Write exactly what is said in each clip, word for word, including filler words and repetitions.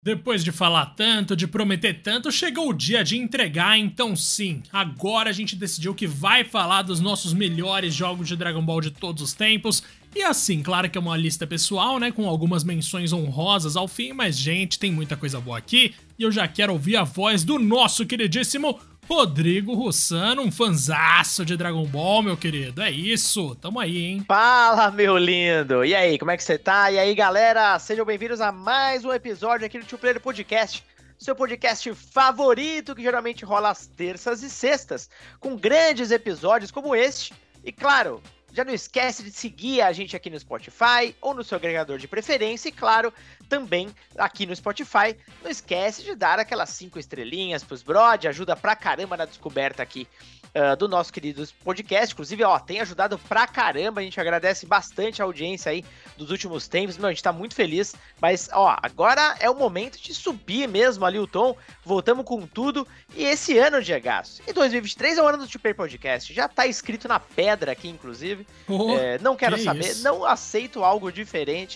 Depois de falar tanto, de prometer tanto, chegou o dia de entregar, então sim, agora a gente decidiu que vai falar dos nossos melhores jogos de Dragon Ball de todos os tempos. E assim, claro que é uma lista pessoal, né, com algumas menções honrosas ao fim, mas gente, tem muita coisa boa aqui, e eu já quero ouvir a voz do nosso queridíssimo Rodrigo Rossano, um fanzaço de Dragon Ball, meu querido. É isso, tamo aí, hein? Fala, meu lindo! E aí, como é que você tá? E aí, galera, sejam bem-vindos a mais um episódio aqui do Two Player Podcast, seu podcast favorito que geralmente rola às terças e sextas, com grandes episódios como este. E claro, já não esquece de seguir a gente aqui no Spotify ou no seu agregador de preferência e, claro, também aqui no Spotify. Não esquece de dar aquelas cinco estrelinhas pros brode, ajuda pra caramba na descoberta aqui uh, do nosso querido podcast. Inclusive, ó, tem ajudado pra caramba, a gente agradece bastante a audiência aí dos últimos tempos. Meu, a gente tá muito feliz, mas, ó, agora é o momento de subir mesmo ali o tom. Voltamos com tudo. E esse ano, Diegaço, e dois mil e vinte e três é o ano do Two Player Podcast. Já tá escrito na pedra aqui, inclusive. Oh, é, não quero que saber, isso? Não aceito algo diferente.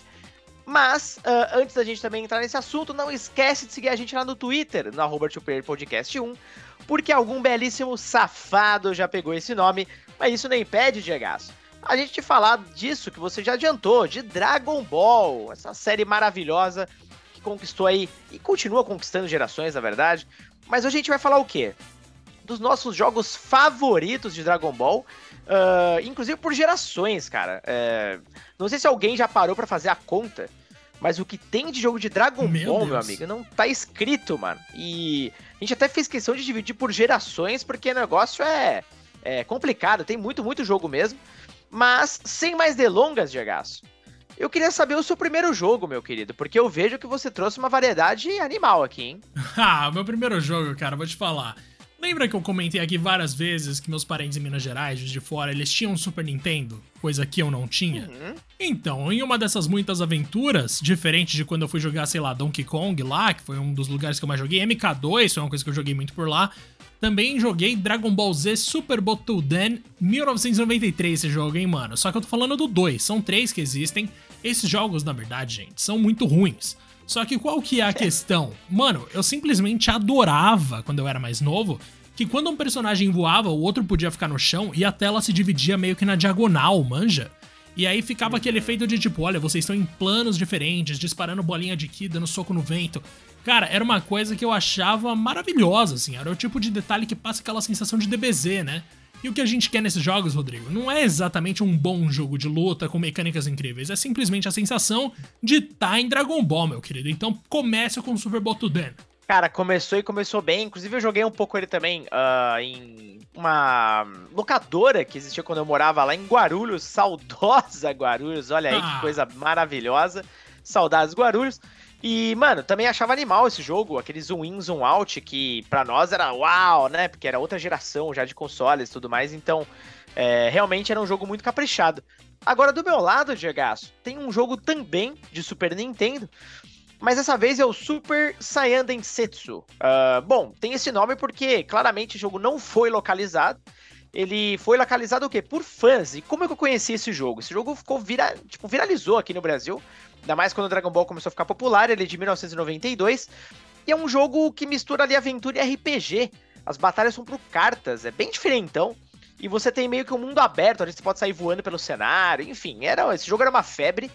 Mas, uh, antes da gente também entrar nesse assunto, não esquece de seguir a gente lá no Twitter, no arroba Two Player Podcast um, porque algum belíssimo safado já pegou esse nome, mas isso não impede, Diegaço, a gente de falar disso que você já adiantou, de Dragon Ball, essa série maravilhosa que conquistou aí, e continua conquistando gerações, na verdade. Mas hoje a gente vai falar o quê? Dos nossos jogos favoritos de Dragon Ball, uh, inclusive por gerações, cara. Uh, não sei se alguém já parou pra fazer a conta, mas o que tem de jogo de Dragon meu Ball, Deus. Meu amigo, não tá escrito, mano. E a gente até fez questão de dividir por gerações, porque o negócio é, é complicado, tem muito, muito jogo mesmo. Mas, sem mais delongas, Diegaço, eu queria saber o seu primeiro jogo, meu querido, porque eu vejo que você trouxe uma variedade animal aqui, hein? Ah, meu primeiro jogo, cara, vou te falar. Lembra que eu comentei aqui várias vezes que meus parentes em Minas Gerais, de fora, eles tinham um Super Nintendo? Coisa que eu não tinha. Uhum. Então, em uma dessas muitas aventuras, diferente de quando eu fui jogar, sei lá, Donkey Kong lá, que foi um dos lugares que eu mais joguei, M K dois foi uma coisa que eu joguei muito por lá, também joguei Dragon Ball Z Super Botoden mil novecentos e noventa e três, esse jogo, hein, mano? Só que eu tô falando do dois, são três que existem. Esses jogos, na verdade, gente, são muito ruins. Só que qual que é a questão? Mano, eu simplesmente adorava, quando eu era mais novo, que quando um personagem voava, o outro podia ficar no chão e a tela se dividia meio que na diagonal, manja? E aí ficava aquele efeito de tipo, olha, vocês estão em planos diferentes, disparando bolinha de ki, dando soco no vento. Cara, era uma coisa que eu achava maravilhosa, assim, era o tipo de detalhe que passa aquela sensação de D B Z, né? E o que a gente quer nesses jogos, Rodrigo, não é exatamente um bom jogo de luta com mecânicas incríveis, é simplesmente a sensação de estar em Dragon Ball, meu querido. Então comece com Super Botoden. Cara, começou e começou bem. Inclusive eu joguei um pouco ele também uh, em uma locadora que existia quando eu morava lá em Guarulhos, saudosa Guarulhos, olha aí ah. que coisa maravilhosa, saudades Guarulhos. E, mano, também achava animal esse jogo, aquele zoom in, zoom out, que pra nós era uau, né, porque era outra geração já de consoles e tudo mais, então é, realmente era um jogo muito caprichado. Agora, do meu lado, Diegaço, tem um jogo também de Super Nintendo, mas dessa vez é o Super Saiyan Densetsu. Uh, bom, tem esse nome porque claramente o jogo não foi localizado. Ele foi localizado o quê? Por fãs. E como é que eu conheci esse jogo? Esse jogo ficou vira, tipo, viralizou aqui no Brasil. Ainda mais quando o Dragon Ball começou a ficar popular. Ele é de mil novecentos e noventa e dois. E é um jogo que mistura ali aventura e R P G. As batalhas são por cartas. É bem diferentão. E você tem meio que um mundo aberto. Onde você pode sair voando pelo cenário. Enfim, era, esse jogo era uma febre.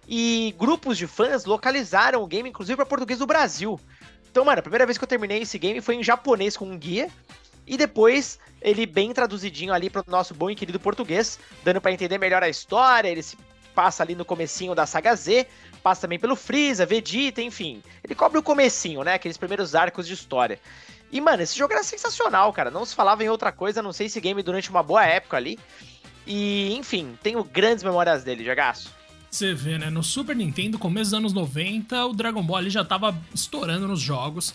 E grupos de fãs localizaram o game, inclusive, para português do Brasil. Então, mano, a primeira vez que eu terminei esse game foi em japonês com um guia. E depois, ele bem traduzidinho ali pro nosso bom e querido português, dando pra entender melhor a história. Ele se passa ali no comecinho da saga Z, passa também pelo Freeza, Vegeta, enfim. Ele cobre o comecinho, né? Aqueles primeiros arcos de história. E, mano, esse jogo era sensacional, cara. Não se falava em outra coisa, a não sei esse game durante uma boa época ali. E, enfim, tenho grandes memórias dele, Diegaço. Você vê, né? No Super Nintendo, começo dos anos noventa, o Dragon Ball ali já tava estourando nos jogos.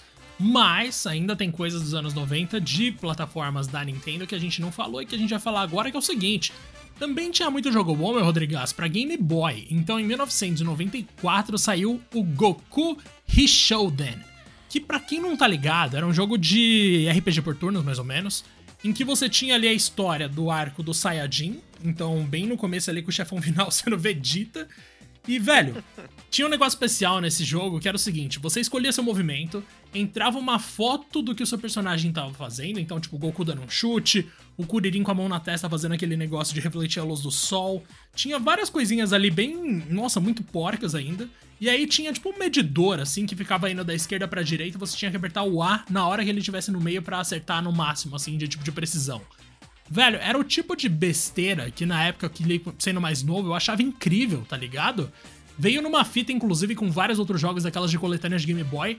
Mas ainda tem coisas dos anos noventa de plataformas da Nintendo que a gente não falou e que a gente vai falar agora, que é o seguinte. Também tinha muito jogo bom, meu Rodrigues, pra Game Boy. Então, em mil novecentos e noventa e quatro, saiu o Goku Hishouden, que pra quem não tá ligado, era um jogo de R P G por turnos, mais ou menos, em que você tinha ali a história do arco do Saiyajin, então bem no começo ali com o chefão final sendo Vegeta. E, velho, Tinha um negócio especial nesse jogo que era o seguinte, você escolhia seu movimento, entrava uma foto do que o seu personagem tava fazendo, então tipo o Goku dando um chute, o Kuririn com a mão na testa fazendo aquele negócio de refletir a luz do sol, tinha várias coisinhas ali bem, nossa, muito porcas ainda, e aí tinha tipo um medidor assim que ficava indo da esquerda pra direita e você tinha que apertar o A na hora que ele estivesse no meio pra acertar no máximo, assim, de tipo de precisão. Velho, era o tipo de besteira que na época, que sendo mais novo, eu achava incrível, tá ligado? Veio numa fita, inclusive, com vários outros jogos daquelas de coletâneas de Game Boy.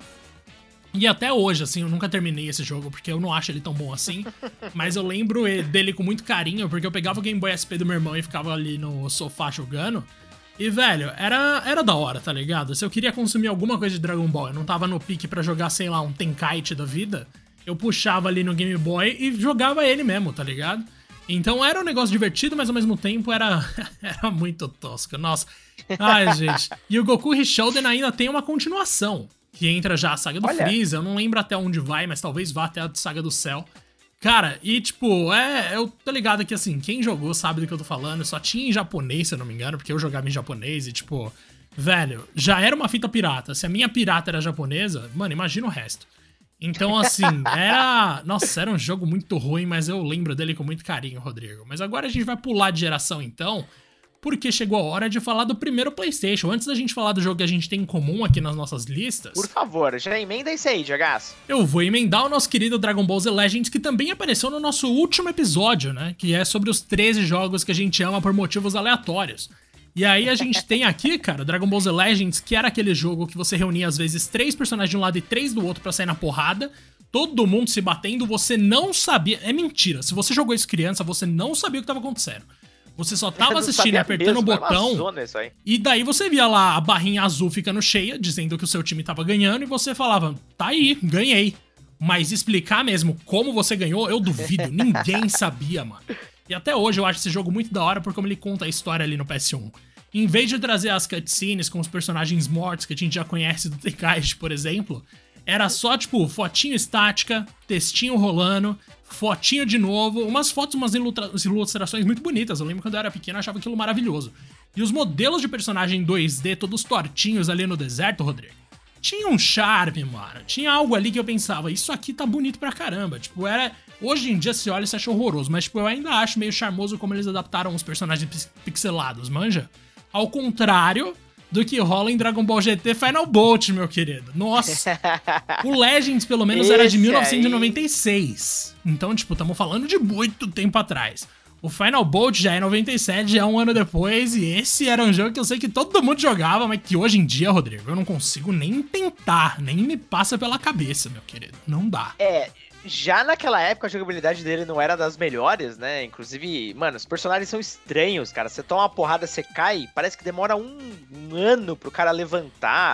E até hoje, assim, eu nunca terminei esse jogo, porque eu não acho ele tão bom assim. Mas eu lembro dele com muito carinho, porque eu pegava o Game Boy S P do meu irmão e ficava ali no sofá jogando. E, velho, era, era da hora, tá ligado? Se eu queria consumir alguma coisa de Dragon Ball, eu não tava no pique pra jogar, sei lá, um Tenkaichi da vida, eu puxava ali no Game Boy e jogava ele mesmo, tá ligado? Então era um negócio divertido, mas ao mesmo tempo era, era muito tosco. Nossa. Ai, gente. E o Goku Rishouden ainda tem uma continuação, que entra já a saga do Olha. Freeza. Eu não lembro até onde vai, mas talvez vá até a saga do Cell. Cara, e tipo, é, eu tô ligado que assim, quem jogou sabe do que eu tô falando. Só tinha em japonês, se eu não me engano, porque eu jogava em japonês e tipo, velho, já era uma fita pirata. Se a minha pirata era japonesa, mano, imagina o resto. Então, assim, era... Nossa, era um jogo muito ruim, mas eu lembro dele com muito carinho, Rodrigo. Mas agora a gente vai pular de geração, então, porque chegou a hora de falar do primeiro PlayStation. Antes da gente falar do jogo que a gente tem em comum aqui nas nossas listas... Por favor, já emenda isso aí, Diagaço. Eu vou emendar o nosso querido Dragon Ball Z Legends, que também apareceu no nosso último episódio, né? Que é sobre os treze jogos que a gente ama por motivos aleatórios. E aí a gente tem aqui, cara, Dragon Ball Z Legends, que era aquele jogo que você reunia às vezes três personagens de um lado e três do outro pra sair na porrada, todo mundo se batendo, você não sabia... É mentira, se você jogou isso criança, você não sabia o que tava acontecendo. Você só tava assistindo e apertando o botão, e daí você via lá a barrinha azul ficando cheia, dizendo que o seu time tava ganhando, e você falava, tá aí, ganhei. Mas explicar mesmo como você ganhou, eu duvido, ninguém sabia, mano. E até hoje eu acho esse jogo muito da hora por como ele conta a história ali no P S um. Em vez de trazer as cutscenes com os personagens mortos que a gente já conhece do Tenkaichi, por exemplo, era só, tipo, fotinho estática, textinho rolando, fotinho de novo, umas fotos, umas ilustra- ilustrações muito bonitas. Eu lembro quando eu era pequeno, eu achava aquilo maravilhoso. E os modelos de personagem dois D, todos tortinhos ali no deserto, Rodrigo, tinha um charme, mano. Tinha algo ali que eu pensava, isso aqui tá bonito pra caramba. Tipo, era... Hoje em dia, se olha, você acha horroroso, mas tipo, eu ainda acho meio charmoso como eles adaptaram os personagens pixelados, manja? Ao contrário do que rola em Dragon Ball G T Final Bolt, meu querido. Nossa! O Legends, pelo menos, Esse era de mil novecentos e noventa e seis. Aí... Então, tipo, estamos falando de muito tempo atrás. O Final Bolt já é noventa e sete, já é um ano depois, e esse era um jogo que eu sei que todo mundo jogava, mas que hoje em dia, Rodrigo, eu não consigo nem tentar, nem me passa pela cabeça, meu querido. Não dá. É... Já naquela época a jogabilidade dele não era das melhores, né? Inclusive, mano, os personagens são estranhos, cara. Você toma uma porrada, você cai, parece que demora um, um ano pro cara levantar.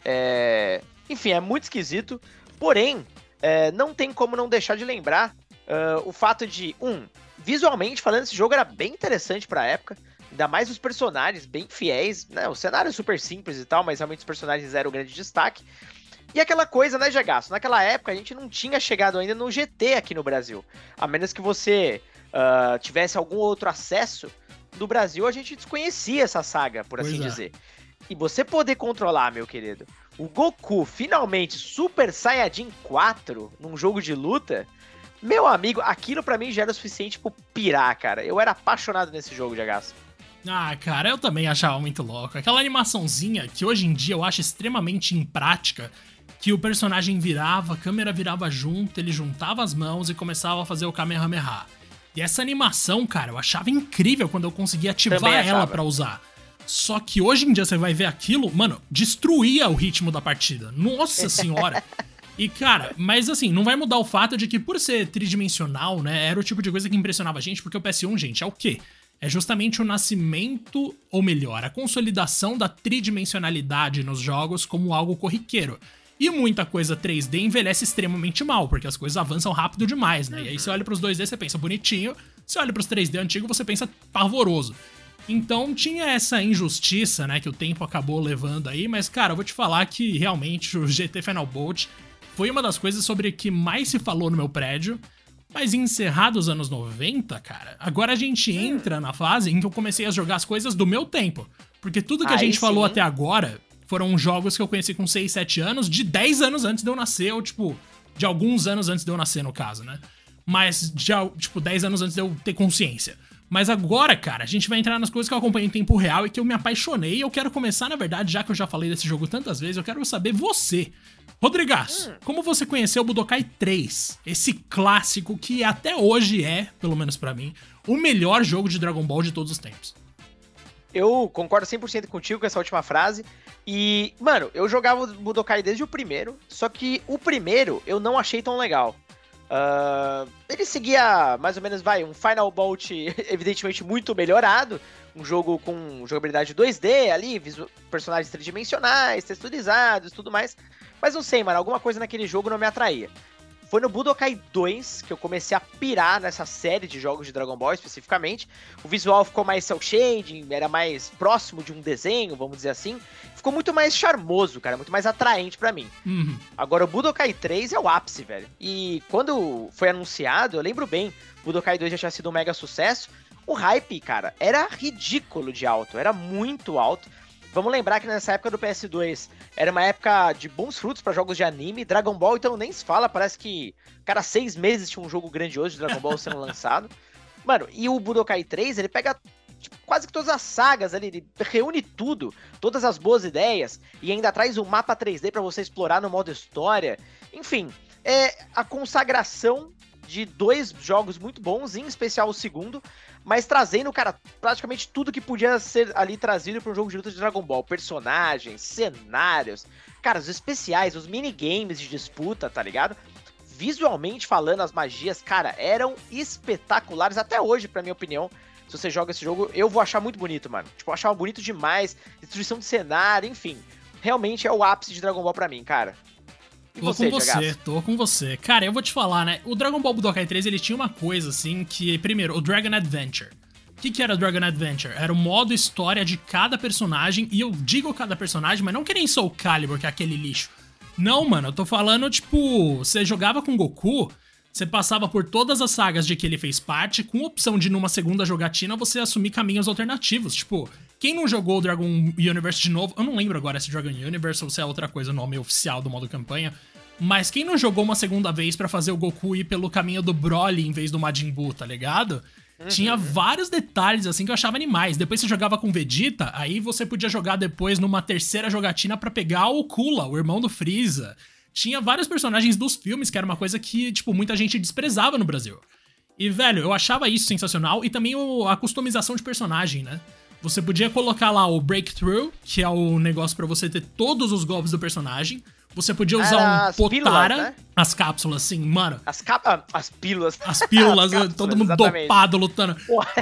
É... Enfim, é muito esquisito. Porém, é, não tem como não deixar de lembrar uh, o fato de, um, visualmente falando, esse jogo era bem interessante pra época. Ainda mais os personagens bem fiéis, né? O cenário é super simples e tal, mas realmente os personagens eram o grande destaque. E aquela coisa, né, Jagaço? Naquela época a gente não tinha chegado ainda no G T aqui no Brasil. A menos que você uh, tivesse algum outro acesso. No Brasil a gente desconhecia essa saga, por assim Pois é. dizer. E você poder controlar, meu querido, o Goku finalmente Super Saiyajin quatro num jogo de luta, meu amigo, aquilo pra mim já era o suficiente pro pirar, cara. Eu era apaixonado nesse jogo, Jagaço. Ah, cara, eu também achava muito louco. Aquela animaçãozinha que hoje em dia eu acho extremamente imprática, que o personagem virava, a câmera virava junto, ele juntava as mãos e começava a fazer o Kamehameha. E essa animação, cara, eu achava incrível quando eu conseguia ativar ela pra usar. Só que hoje em dia você vai ver aquilo, mano, destruía o ritmo da partida. Nossa senhora! E, cara, mas assim, não vai mudar o fato de que por ser tridimensional, né, era o tipo de coisa que impressionava a gente, porque o P S um, gente, é o quê? É justamente o nascimento, ou melhor, a consolidação da tridimensionalidade nos jogos como algo corriqueiro. E muita coisa três D envelhece extremamente mal, porque as coisas avançam rápido demais, né? E aí você olha pros dois D, você pensa bonitinho, você olha pros três D antigos, você pensa pavoroso. Então tinha essa injustiça, né, que o tempo acabou levando aí, mas, cara, eu vou te falar que realmente o G T Final Bolt foi uma das coisas sobre que mais se falou no meu prédio. Mas encerrado os anos noventa, cara, agora a gente entra na fase em que eu comecei a jogar as coisas do meu tempo. Porque tudo que a Aí gente falou sim. até agora foram jogos que eu conheci com seis, sete anos, de dez anos antes de eu nascer, ou tipo, de alguns anos antes de eu nascer, no caso, né? Mas, já, tipo, dez anos antes de eu ter consciência. Mas agora, cara, a gente vai entrar nas coisas que eu acompanhei em tempo real e que eu me apaixonei. E eu quero começar, na verdade, já que eu já falei desse jogo tantas vezes, eu quero saber você. Rodrigaço, hum. como você conheceu o Budokai três? Esse clássico que até hoje é, pelo menos pra mim, o melhor jogo de Dragon Ball de todos os tempos. Eu concordo cem por cento contigo com essa última frase. E, mano, eu jogava o Budokai desde o primeiro, só que o primeiro eu não achei tão legal. Uh, ele seguia mais ou menos, vai, um Final Bolt evidentemente muito melhorado, um jogo com jogabilidade dois D ali, personagens tridimensionais, texturizados, tudo mais, mas não sei, mano, alguma coisa naquele jogo não me atraía. Foi no Budokai dois que eu comecei a pirar nessa série de jogos de Dragon Ball especificamente. O visual ficou mais cel shading, era mais próximo de um desenho, vamos dizer assim. Ficou muito mais charmoso, cara, muito mais atraente pra mim. Uhum. Agora, o Budokai três é o ápice, velho. E quando foi anunciado, eu lembro bem, o Budokai dois já tinha sido um mega sucesso. O hype, cara, era ridículo de alto, era muito alto. Vamos lembrar que nessa época do P S dois era uma época de bons frutos pra jogos de anime. Dragon Ball, então, nem se fala. Parece que cada seis meses tinha um jogo grandioso de Dragon Ball sendo lançado. Mano, e o Budokai três, ele pega tipo, quase que todas as sagas ali. Ele reúne tudo, todas as boas ideias. E ainda traz um mapa três D pra você explorar no modo história. Enfim, é a consagração de dois jogos muito bons, em especial o segundo, mas trazendo, cara, praticamente tudo que podia ser ali trazido para um jogo de luta de Dragon Ball. Personagens, cenários, cara, os especiais, os minigames de disputa, tá ligado? Visualmente falando, as magias, cara, eram espetaculares até hoje, pra minha opinião. Se você joga esse jogo, eu vou achar muito bonito, mano. Tipo, eu achava bonito demais, destruição de cenário, enfim. Realmente é o ápice de Dragon Ball pra mim, cara. E tô você, com você, Jagaço? tô com você. Cara, eu vou te falar, né? O Dragon Ball Budokai três, ele tinha uma coisa, assim, que... Primeiro, o Dragon Adventure. O que que era o Dragon Adventure? Era o modo história de cada personagem, e eu digo cada personagem, mas não que nem Soul Calibur, que é aquele lixo. Não, mano, eu tô falando, tipo... Você jogava com Goku, você passava por todas as sagas de que ele fez parte, com opção de, numa segunda jogatina, você assumir caminhos alternativos. Tipo... Quem não jogou o Dragon Universe de novo, eu não lembro agora se é Dragon Universe ou se é outra coisa, o nome oficial do modo campanha, mas quem não jogou uma segunda vez pra fazer o Goku ir pelo caminho do Broly em vez do Majin Buu, tá ligado? Uhum. Tinha vários detalhes assim que eu achava animais. Depois você jogava com Vegeta, aí você podia jogar depois numa terceira jogatina pra pegar o Cooler, o irmão do Freeza. Tinha vários personagens dos filmes, que era uma coisa que, tipo, muita gente desprezava no Brasil. E, velho, eu achava isso sensacional, e também o, a customização de personagem, né? Você podia colocar lá o Breakthrough, que é o negócio pra você ter todos os golpes do personagem. Você podia usar ah, um Potara, pílulas, né? As cápsulas, assim, mano. As cápsulas, as pílulas. As pílulas, as cápsulas, todo mundo exatamente. Dopado, lutando.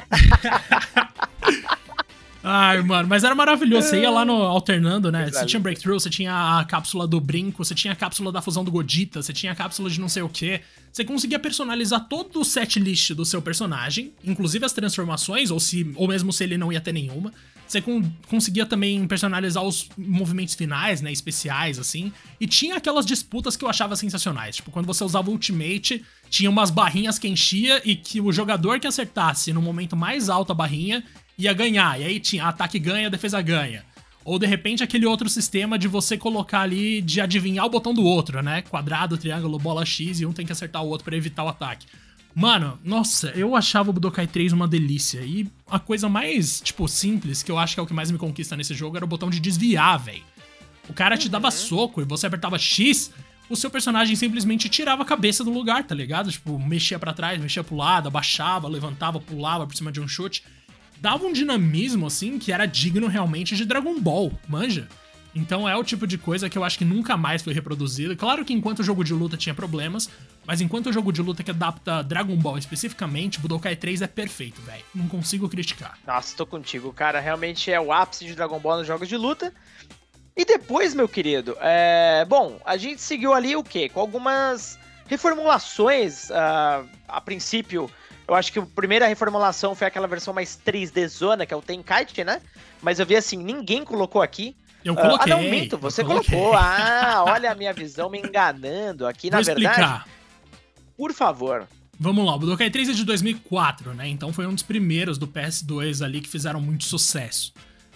Ai, mano, mas era maravilhoso. Você ia lá no alternando, né? Você tinha Breakthrough, você tinha a cápsula do brinco, você tinha a cápsula da fusão do Godita, você tinha a cápsula de não sei o quê. Você conseguia personalizar todo o set list do seu personagem, inclusive as transformações, ou, se, ou mesmo se ele não ia ter nenhuma. Você con- conseguia também personalizar os movimentos finais, né, especiais, assim. E tinha aquelas disputas que eu achava sensacionais. Tipo, quando você usava o Ultimate, tinha umas barrinhas que enchia e que o jogador que acertasse no momento mais alto a barrinha ia ganhar. E aí tinha ataque ganha, defesa ganha. Ou, de repente, aquele outro sistema de você colocar ali, de adivinhar o botão do outro, né? Quadrado, triângulo, bola X, e um tem que acertar o outro pra evitar o ataque. Mano, nossa, eu achava o Budokai três uma delícia. E a coisa mais, tipo, simples, que eu acho que é o que mais me conquista nesse jogo, era o botão de desviar, velho. O cara te dava soco e você apertava X, o seu personagem simplesmente tirava a cabeça do lugar, tá ligado? Tipo, mexia pra trás, mexia pro lado, abaixava, levantava, pulava por cima de um chute. Dava um dinamismo, assim, que era digno realmente de Dragon Ball, manja? Então é o tipo de coisa que eu acho que nunca mais foi reproduzido. Claro que enquanto o jogo de luta tinha problemas, mas enquanto o jogo de luta que adapta Dragon Ball especificamente, Budokai três é perfeito, velho. Não consigo criticar. Nossa, tô contigo, cara. Realmente é o ápice de Dragon Ball nos jogos de luta. E depois, meu querido, é... bom, a gente seguiu ali o quê? Com algumas reformulações, uh, a princípio... Eu acho que a primeira reformulação foi aquela versão mais três D zona, que é o Tenkaichi, né? Mas eu vi assim, ninguém colocou aqui. Eu coloquei. Uh, ah, não, minto, você colocou. Ah, olha a minha visão me enganando aqui, Vou na verdade. explicar. Por favor. Vamos lá, o Budokai três é de dois mil e quatro, né? Então foi um dos primeiros do P S dois ali que fizeram muito sucesso.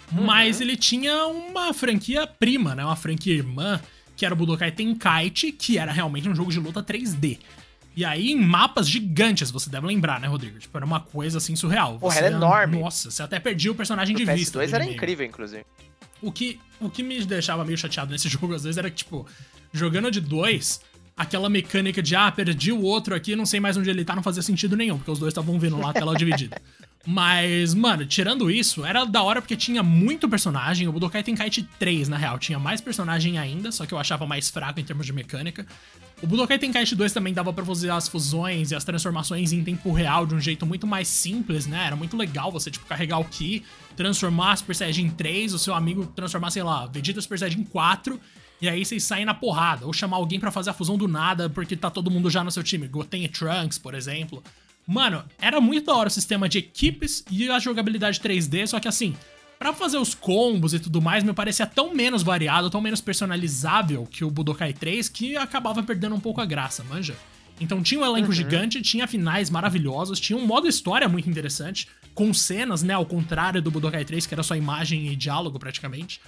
Mas Uhum. ele tinha uma franquia prima, né? Uma franquia irmã, que era o Budokai Tenkaichi, que era realmente um jogo de luta três D. E aí, em mapas gigantes, você deve lembrar, né, Rodrigo? Tipo, era uma coisa, assim, surreal. Porra, Você, era enorme. Nossa, você até perdia o personagem O de P S vista. dois do era inimigo. incrível, inclusive. O que, o que me deixava meio chateado nesse jogo, às vezes, era que, tipo, jogando de dois, aquela mecânica de, ah, perdi o outro aqui, não sei mais onde ele tá, não fazia sentido nenhum, porque os dois estavam vendo lá a tela dividida. Mas, mano, tirando isso, era da hora porque tinha muito personagem. O Budokai Tenkaichi três, na real, tinha mais personagem ainda, só que eu achava mais fraco em termos de mecânica. O Budokai Tenkaichi dois também dava pra fazer as fusões e as transformações em tempo real de um jeito muito mais simples, né? Era muito legal você, tipo, carregar o Ki, transformar a Super Saiyajin em três, o seu amigo transformar, sei lá, Vegeta Super Saiyajin em quatro, e aí vocês saem na porrada. Ou chamar alguém pra fazer a fusão do nada, porque tá todo mundo já no seu time. Goten e Trunks, por exemplo. Mano, era muito da hora o sistema de equipes e a jogabilidade três D, só que assim, pra fazer os combos e tudo mais, me parecia tão menos variado, tão menos personalizável que o Budokai três, que acabava perdendo um pouco a graça, manja? Então tinha um elenco Uhum. gigante, tinha finais maravilhosos, tinha um modo história muito interessante, com cenas, né, ao contrário do Budokai três, que era só imagem e diálogo praticamente.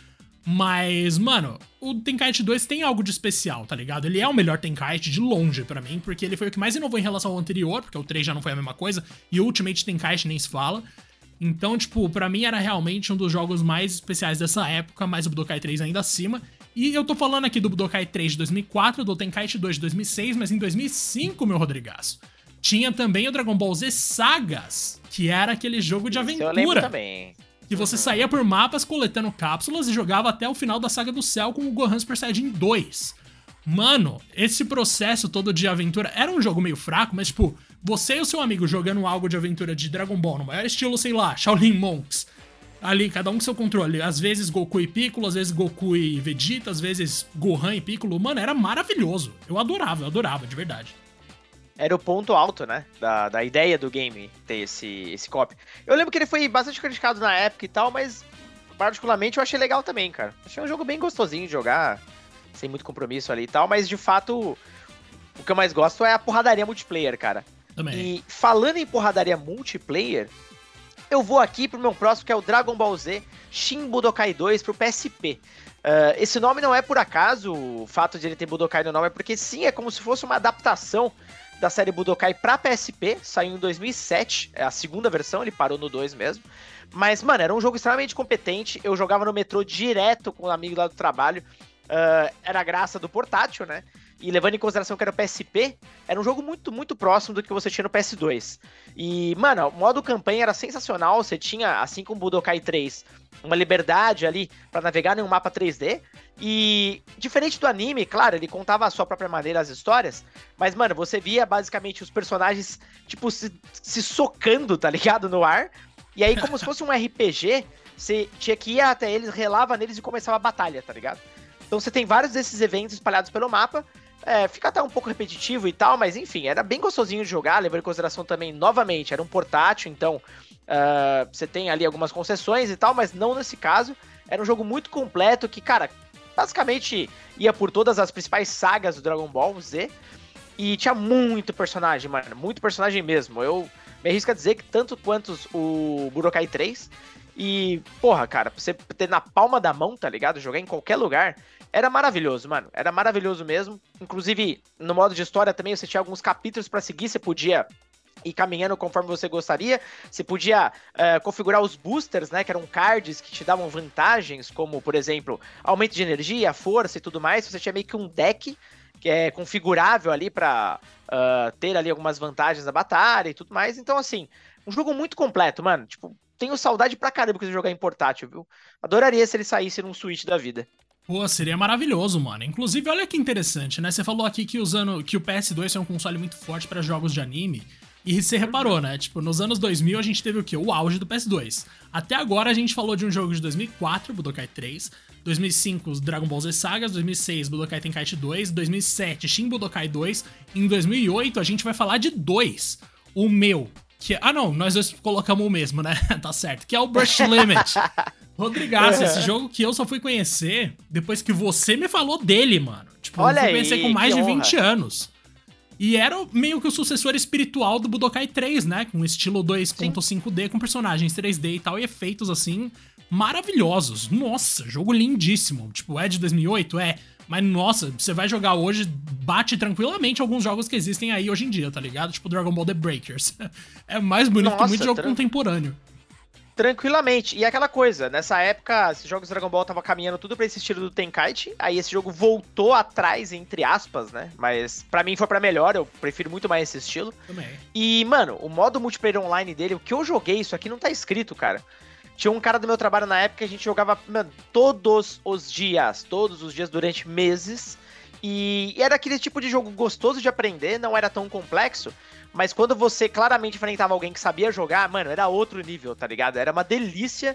Mas, mano, o Tenkaichi dois tem algo de especial, tá ligado? Ele é o melhor Tenkaichi de longe pra mim, porque ele foi o que mais inovou em relação ao anterior, porque o três já não foi a mesma coisa, e o Ultimate Tenkaichi nem se fala. Então, tipo, pra mim era realmente um dos jogos mais especiais dessa época, mas o Budokai três ainda acima. E eu tô falando aqui do Budokai três de dois mil e quatro, do Tenkaichi dois de dois mil e seis, mas em dois mil e cinco, meu Rodrigaço, tinha também o Dragon Ball Z Sagas, que era aquele jogo de Isso aventura. eu lembro também. Que você saía por mapas coletando cápsulas e jogava até o final da Saga do Céu com o Gohan Super Saiyajin dois. Mano, esse processo todo de aventura era um jogo meio fraco, mas tipo, você e o seu amigo jogando algo de aventura de Dragon Ball, no maior estilo, sei lá, Shaolin Monks. Ali, cada um com seu controle. Às vezes Goku e Piccolo, às vezes Goku e Vegeta, às vezes Gohan e Piccolo. Mano, era maravilhoso. Eu adorava, eu adorava, de verdade. Era o ponto alto, né? Da, da ideia do game ter esse, esse copy. Eu lembro que ele foi bastante criticado na época e tal, mas particularmente eu achei legal também, cara. Achei um jogo bem gostosinho de jogar, sem muito compromisso ali e tal, mas de fato, o que eu mais gosto é a porradaria multiplayer, cara. Também. E falando em porradaria multiplayer, eu vou aqui pro meu próximo, que é o Dragon Ball Z Shin Budokai dois pro P S P. Uh, esse nome não é por acaso, o fato de ele ter Budokai no nome é porque sim, é como se fosse uma adaptação da série Budokai pra P S P, saiu em dois mil e sete, é a segunda versão, ele parou no dois mesmo. Mas, mano, era um jogo extremamente competente, eu jogava no metrô direto com um amigo lá do trabalho, uh, era a graça do portátil, né? E levando em consideração que era o P S P, era um jogo muito, muito próximo do que você tinha no P S dois. E, mano, o modo campanha era sensacional, você tinha, assim como o Budokai três, uma liberdade ali pra navegar em um mapa três D. E, diferente do anime, claro, ele contava a sua própria maneira as histórias, mas, mano, você via basicamente os personagens, tipo, se, se socando, tá ligado, no ar. E aí, como se fosse um R P G, você tinha que ir até eles, relava neles e começava a batalha, tá ligado? Então você tem vários desses eventos espalhados pelo mapa. É, fica até um pouco repetitivo e tal, mas enfim, era bem gostosinho de jogar, levando em consideração também, novamente, era um portátil, então uh, você tem ali algumas concessões e tal, mas não nesse caso. Era um jogo muito completo que, cara, basicamente ia por todas as principais sagas do Dragon Ball Z e tinha muito personagem, mano, muito personagem mesmo. Eu me arrisco a dizer que tanto quanto o Budokai três. E, porra, cara, pra você ter na palma da mão, tá ligado? Jogar em qualquer lugar, era maravilhoso, mano. Era maravilhoso mesmo. Inclusive, no modo de história também, você tinha alguns capítulos pra seguir, você podia ir caminhando conforme você gostaria. Você podia uh, configurar os boosters, né, que eram cards que te davam vantagens, como, por exemplo, aumento de energia, força e tudo mais. Você tinha meio que um deck que é configurável ali pra uh, ter ali algumas vantagens na batalha e tudo mais. Então, assim, um jogo muito completo, mano. Tipo, tenho saudade pra caramba que você jogar em portátil, viu? Adoraria se ele saísse num Switch da vida. Pô, seria maravilhoso, mano. Inclusive, olha que interessante, né? Você falou aqui que, usando, que o P S dois é um console muito forte pra jogos de anime. E você reparou, né? Tipo, nos anos dois mil a gente teve o quê? O auge do P S dois. Até agora a gente falou de um jogo de dois mil e quatro, Budokai três. dois mil e cinco, Dragon Ball Z Sagas. dois mil e seis, Budokai Tenkaichi dois. dois mil e sete, Shin Budokai dois. Em dois mil e oito a gente vai falar de dois. O meu... Que, ah, não, nós dois colocamos o mesmo, né? Tá certo. Que é o Burst Limit. Rodrigaço, esse jogo que eu só fui conhecer depois que você me falou dele, mano. Tipo, Olha eu fui aí, conhecer com mais que de honra. vinte anos. E era meio que o sucessor espiritual do Budokai três, né? Com estilo dois ponto cinco D, com personagens três D e tal, e efeitos assim maravilhosos. Nossa, jogo lindíssimo. Tipo, é de dois mil e oito? É. Mas, nossa, você vai jogar hoje, bate tranquilamente alguns jogos que existem aí hoje em dia, tá ligado? Tipo Dragon Ball The Breakers. É mais bonito nossa, que muito jogo tran... contemporâneo. Tranquilamente. E aquela coisa, nessa época, esses jogos Dragon Ball tava caminhando tudo pra esse estilo do Tenkaichi, aí esse jogo voltou atrás, entre aspas, né? Mas pra mim foi pra melhor, eu prefiro muito mais esse estilo. Também. E, mano, o modo multiplayer online dele, o que eu joguei, isso aqui não tá escrito, cara. Tinha um cara do meu trabalho na época que a gente jogava, mano, todos os dias, todos os dias durante meses. E era aquele tipo de jogo gostoso de aprender, não era tão complexo, mas quando você claramente enfrentava alguém que sabia jogar, mano, era outro nível, tá ligado? Era uma delícia,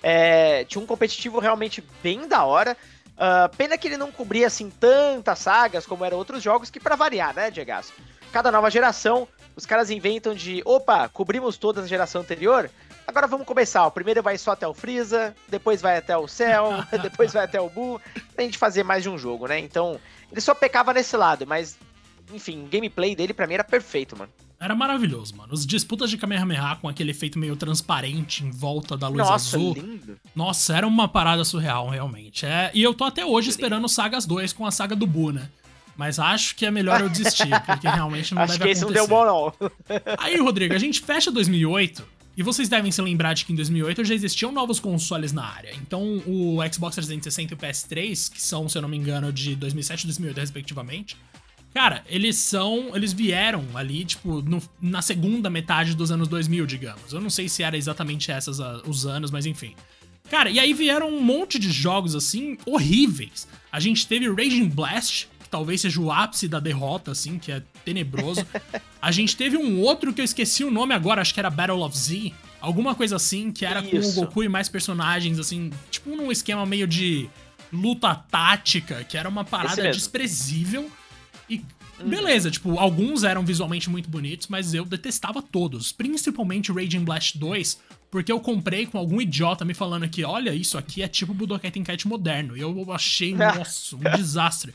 é, tinha um competitivo realmente bem da hora. Uh, pena que ele não cobria, assim, tantas sagas como eram outros jogos, que pra variar, né, Diego? Cada nova geração, os caras inventam de, opa, cobrimos toda a geração anterior, agora vamos começar. O primeiro vai só até o Freeza, depois vai até o Cell, depois vai até o Buu, pra gente fazer mais de um jogo, né? Então, ele só pecava nesse lado, mas, enfim, o gameplay dele pra mim era perfeito, mano. Era maravilhoso, mano. As disputas de Kamehameha com aquele efeito meio transparente em volta da luz Nossa, azul. Lindo. Nossa, era uma parada surreal, realmente. É, e eu tô até hoje esperando Sagas dois com a saga do Buu, né? Mas acho que é melhor eu desistir, porque realmente não acho deve acontecer. Acho acontecer. que esse não deu bom, não. Aí, Rodrigo, a gente fecha dois mil e oito... E vocês devem se lembrar de que em dois mil e oito já existiam novos consoles na área. Então o Xbox trezentos e sessenta e o P S três, que são, se eu não me engano, de dois mil e sete e dois mil e oito respectivamente, cara, eles são, eles vieram ali, tipo, no, na segunda metade dos anos dois mil, digamos. Eu não sei se era exatamente esses os anos, mas enfim. Cara, e aí vieram um monte de jogos, assim, horríveis. A gente teve Raging Blast, que talvez seja o ápice da derrota, assim, que é tenebroso. A gente teve um outro que eu esqueci o nome agora, acho que era Battle of Z, alguma coisa assim, que era Isso. com o Goku e mais personagens, assim, tipo num esquema meio de luta tática, que era uma parada desprezível. E beleza, tipo, alguns eram visualmente muito bonitos, mas eu detestava todos, principalmente Raging Blast dois, porque eu comprei com algum idiota me falando que, olha, isso aqui é tipo Budokai Tenkaichi moderno, e eu achei, nossa, um desastre.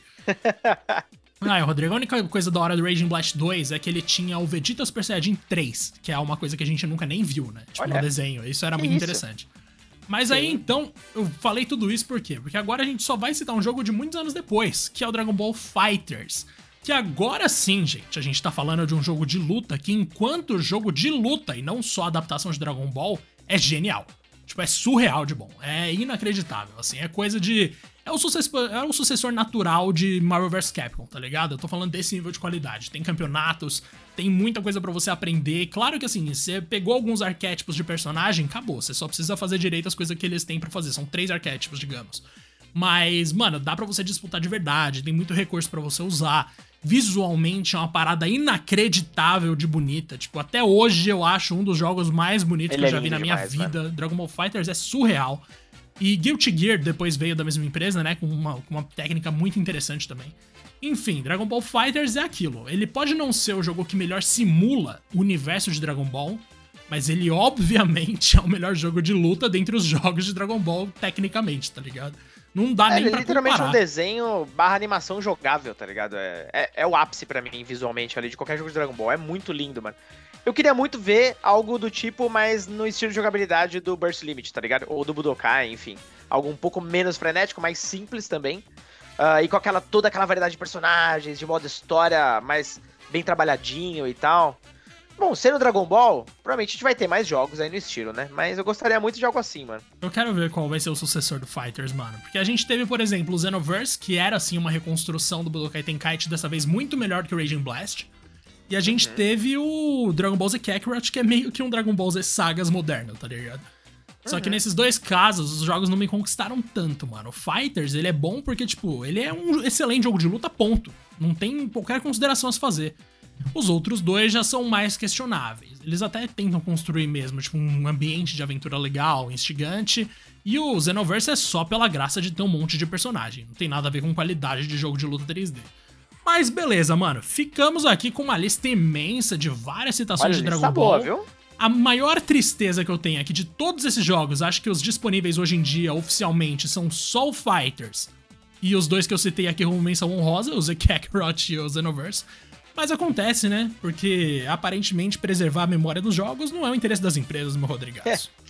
Ah, Rodrigo, a única coisa da hora do Raging Blast dois é que ele tinha o Vegeta Super Saiyajin três, que é uma coisa que a gente nunca nem viu, né? Tipo, Olha, no desenho. Isso era muito isso? interessante. Mas Sim. aí, então, eu falei tudo isso por quê? Porque agora a gente só vai citar um jogo de muitos anos depois, que é o Dragon Ball FighterZ. Que agora sim, gente, a gente tá falando de um jogo de luta que, enquanto jogo de luta e não só adaptação de Dragon Ball, é genial. Tipo, é surreal de bom. É inacreditável, assim. É coisa de... É o sucessor, é o sucessor natural de Marvel versus. Capcom, tá ligado? Eu tô falando desse nível de qualidade. Tem campeonatos, tem muita coisa pra você aprender. Claro que assim, você pegou alguns arquétipos de personagem, acabou. Você só precisa fazer direito as coisas que eles têm pra fazer. São três arquétipos, digamos. Mas, mano, dá pra você disputar de verdade. Tem muito recurso pra você usar. Visualmente é uma parada inacreditável de bonita. Tipo, até hoje eu acho um dos jogos mais bonitos Ele que eu já vi na minha demais, vida. Mano. Dragon Ball FighterZ é surreal. E Guilty Gear depois veio da mesma empresa, né? Com uma, com uma técnica muito interessante também. Enfim, Dragon Ball FighterZ é aquilo. Ele pode não ser o jogo que melhor simula o universo de Dragon Ball, mas ele obviamente é o melhor jogo de luta dentre os jogos de Dragon Ball, tecnicamente, tá ligado? Não dá é, nem pra comparar. É literalmente um desenho barra animação jogável, tá ligado? É, é, é o ápice pra mim, visualmente, ali, de qualquer jogo de Dragon Ball. É muito lindo, mano. Eu queria muito ver algo do tipo, mas no estilo de jogabilidade do Burst Limit, tá ligado? Ou do Budokai, enfim. Algo um pouco menos frenético, mais simples também. Uh, e com aquela, toda aquela variedade de personagens, de modo história mais bem trabalhadinho e tal. Bom, sendo Dragon Ball, provavelmente a gente vai ter mais jogos aí no estilo, né? Mas eu gostaria muito de algo assim, mano. Eu quero ver qual vai ser o sucessor do FighterZ, mano. Porque a gente teve, por exemplo, o Xenoverse, que era, assim, uma reconstrução do Budokai Tenkaichi, dessa vez muito melhor que o Raging Blast. E a gente uhum. teve o Dragon Ball Z Kakarot, que é meio que um Dragon Ball Z Sagas moderno, tá ligado? Só uhum. que nesses dois casos, os jogos não me conquistaram tanto, mano. O FighterZ, ele é bom porque, tipo, ele é um excelente jogo de luta, ponto. Não tem qualquer consideração a se fazer. Os outros dois já são mais questionáveis. Eles até tentam construir mesmo, tipo, um ambiente de aventura legal, instigante. E o Xenoverse é só pela graça de ter um monte de personagem. Não tem nada a ver com qualidade de jogo de luta três D. Mas beleza, mano. Ficamos aqui com uma lista imensa de várias citações Olha, de Dragon Ball. Boa, viu? A maior tristeza que eu tenho é que de todos esses jogos, acho que os disponíveis hoje em dia, oficialmente, são só o FighterZ. E os dois que eu citei aqui como menção honrosa, o Z Kakarot e o Xenoverse. Mas acontece, né? Porque, aparentemente, preservar a memória dos jogos não é o interesse das empresas, meu Rodrigaço.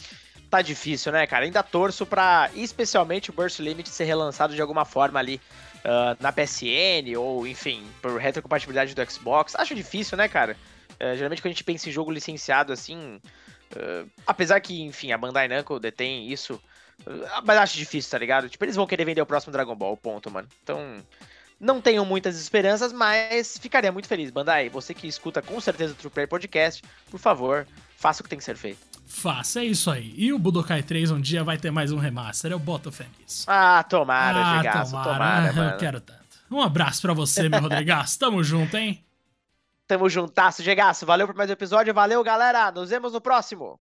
tá difícil, né, cara? Ainda torço pra, especialmente, o Burst Limit ser relançado de alguma forma ali uh, na P S N, ou, enfim, por retrocompatibilidade do Xbox. Acho difícil, né, cara? Uh, geralmente quando a gente pensa em jogo licenciado, assim, uh, apesar que, enfim, a Bandai Namco detém isso, uh, mas acho difícil, tá ligado? Tipo, eles vão querer vender o próximo Dragon Ball, ponto, mano. Então, não tenho muitas esperanças, mas ficaria muito feliz. Bandai, você que escuta com certeza o True Player Podcast, por favor, faça o que tem que ser feito. Faça, é isso aí. E o Budokai três um dia vai ter mais um remaster, eu boto fé nisso. Ah, tomara, ah, Gigaço, tomara, tomara, ah, mano. Eu quero tanto. Um abraço pra você, meu Rodrigaço. Tamo junto, hein? Tamo juntasso, Gigaço. Valeu por mais um episódio. Valeu, galera. Nos vemos no próximo.